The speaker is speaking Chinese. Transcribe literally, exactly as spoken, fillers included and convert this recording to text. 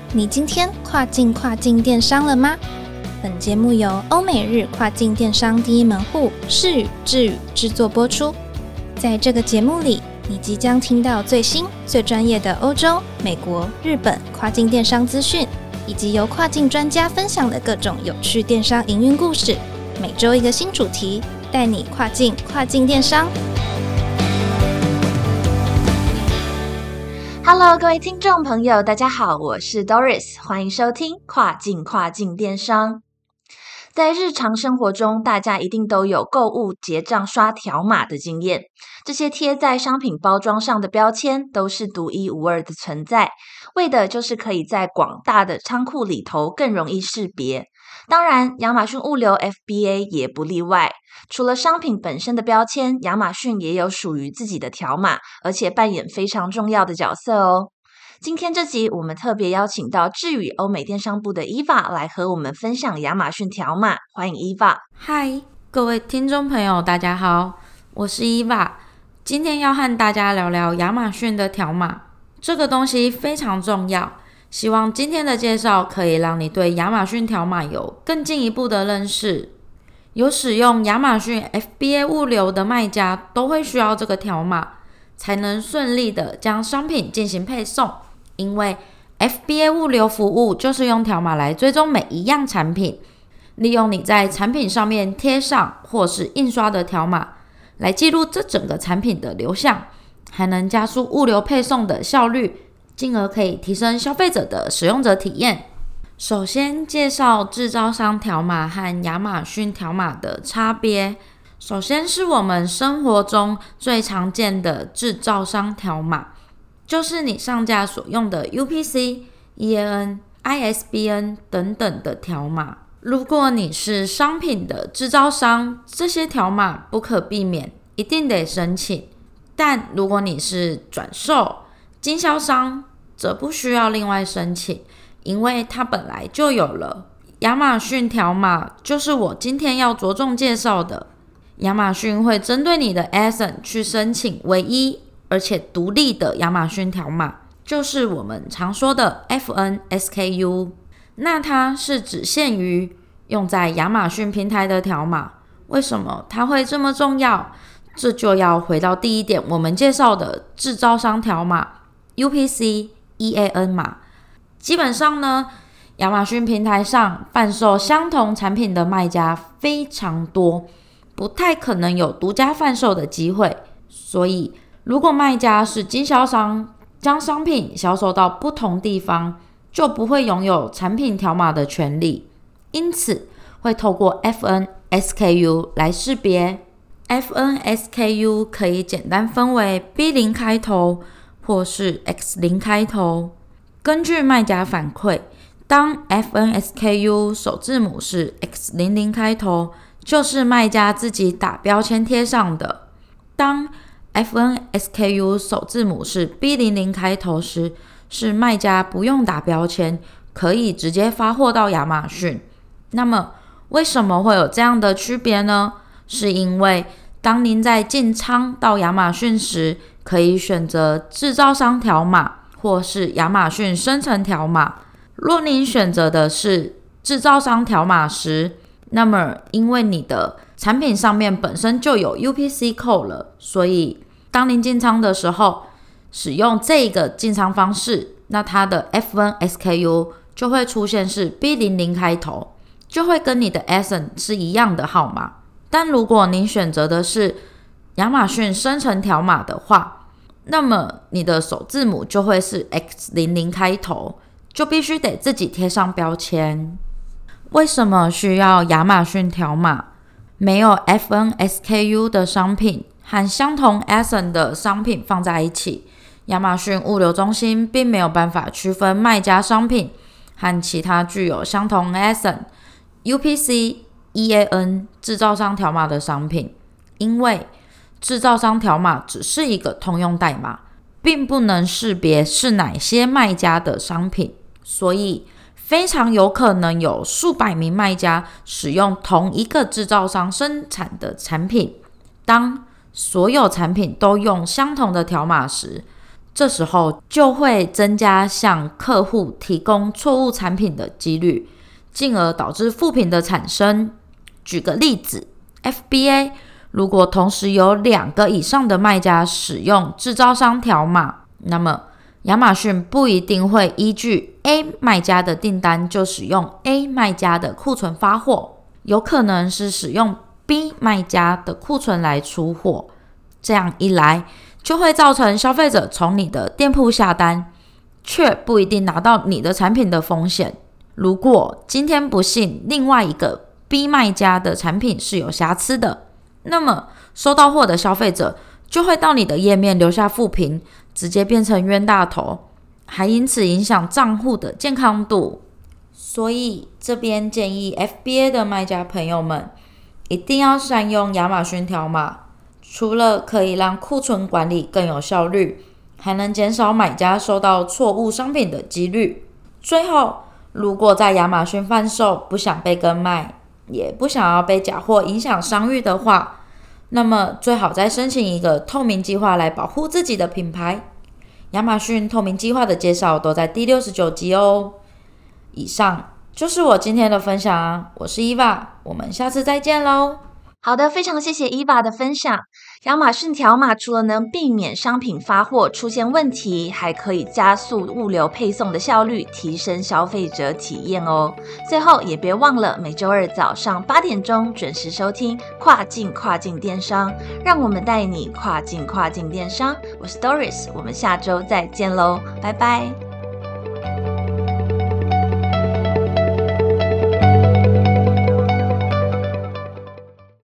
你今天跨境跨境电商了吗？本节目由欧美日跨境电商第一门户视宇智宇制作播出。在这个节目里，你即将听到最新最专业的欧洲、美国、日本跨境电商资讯，以及由跨境专家分享的各种有趣电商营运故事。每周一个新主题，带你跨境跨境电商。 Hello， 各位听众朋友，大家好，我是 Doris， 欢迎收听跨境跨境电商。在日常生活中，大家一定都有购物结账刷条码的经验，这些贴在商品包装上的标签都是独一无二的存在，为的就是可以在广大的仓库里头更容易识别。当然，亚马逊物流 F B A 也不例外。除了商品本身的标签，亚马逊也有属于自己的条码，而且扮演非常重要的角色哦。今天这集我们特别邀请到智宇欧美电商部的 Eva 来和我们分享亚马逊条码，欢迎 Eva。 嗨，各位听众朋友，大家好，我是 Eva， 今天要和大家聊聊亚马逊的条码，这个东西非常重要。希望今天的介绍可以让你对亚马逊条码有更进一步的认识。有使用亚马逊 F B A 物流的卖家都会需要这个条码，才能顺利的将商品进行配送。因为 F B A 物流服务就是用条码来追踪每一样产品，利用你在产品上面贴上或是印刷的条码来记录这整个产品的流向，还能加速物流配送的效率，进而可以提升消费者的使用者体验。首先介绍制造商条码和亚马逊条码的差别。首先是我们生活中最常见的制造商条码，就是你上架所用的 U P C、E A N、I S B N 等等的条码。如果你是商品的制造商，这些条码不可避免，一定得申请。但如果你是转售、经销商，则不需要另外申请，因为它本来就有了。亚马逊条码就是我今天要着重介绍的。亚马逊会针对你的 A S I N 去申请唯一而且独立的亚马逊条码，就是我们常说的 F N S K U。 那它是只限于用在亚马逊平台的条码。为什么它会这么重要？这就要回到第一点，我们介绍的制造商条码 U P C、E A N 码。基本上呢，亚马逊平台上贩售相同产品的卖家非常多，不太可能有独家贩售的机会。所以如果卖家是经销商，将商品销售到不同地方，就不会拥有产品条码的权利，因此会透过 F N S K U 来识别。 F N S K U 可以简单分为 B 零 开头或是 X 零 开头。根据卖家反馈，当 F N S K U 首字母是 X 零零 开头，就是卖家自己打标签贴上的。当 F N S K U 首字母是 B 零零 开头时，是卖家不用打标签，可以直接发货到亚马逊。那么为什么会有这样的区别呢？是因为当您在进仓到亚马逊时，可以选择制造商条码或是亚马逊生成条码。若您选择的是制造商条码时，那么因为你的产品上面本身就有 U P C code 了，所以当您进仓的时候使用这个进仓方式，那它的 F N S K U 就会出现是 B 零零 开头，就会跟你的 A S I N 是一样的号码。但如果您选择的是亚马逊生成条码的话，那么你的首字母就会是 X 零零 开头，就必须得自己贴上标签。为什么需要亚马逊条码？没有 F N S K U 的商品和相同 A S I N 的商品放在一起，亚马逊物流中心并没有办法区分卖家商品和其他具有相同 A S I N、U P C、E A N 制造商条码的商品，因为制造商条码只是一个通用代码，并不能识别是哪些卖家的商品，所以非常有可能有数百名卖家使用同一个制造商生产的产品。当所有产品都用相同的条码时， 这时候就会增加向客户提供错误产品的几率，进而导致负评的产生。举个例子 F B A 如果同时有两个以上的卖家使用制造商条码，那么亚马逊不一定会依据 A 卖家的订单就使用 A 卖家的库存发货，有可能是使用 B 卖家的库存来出货。这样一来就会造成消费者从你的店铺下单，却不一定拿到你的产品的风险。如果今天不幸另外一个 B 卖家的产品是有瑕疵的，那么收到货的消费者就会到你的页面留下负评，直接变成冤大头，还因此影响账户的健康度。所以这边建议 F B A 的卖家朋友们一定要善用亚马逊条码，除了可以让库存管理更有效率，还能减少买家收到错误商品的几率。最后，如果在亚马逊贩售不想被跟卖，也不想要被假货影响商誉的话，那么最好再申请一个透明计划来保护自己的品牌。亚马逊透明计划的介绍都在第六十九集哦。以上就是我今天的分享啊，我是伊娃，我们下次再见咯。 好的，非常谢谢伊娃的分享。亚马逊条码除了能避免商品发货出现问题，还可以加速物流配送的效率，提升消费者体验哦。最后也别忘了每周二早上八点钟准时收听跨境跨境电商，让我们带你跨境跨境电商。我是 Doris， 我们下周再见喽，拜拜。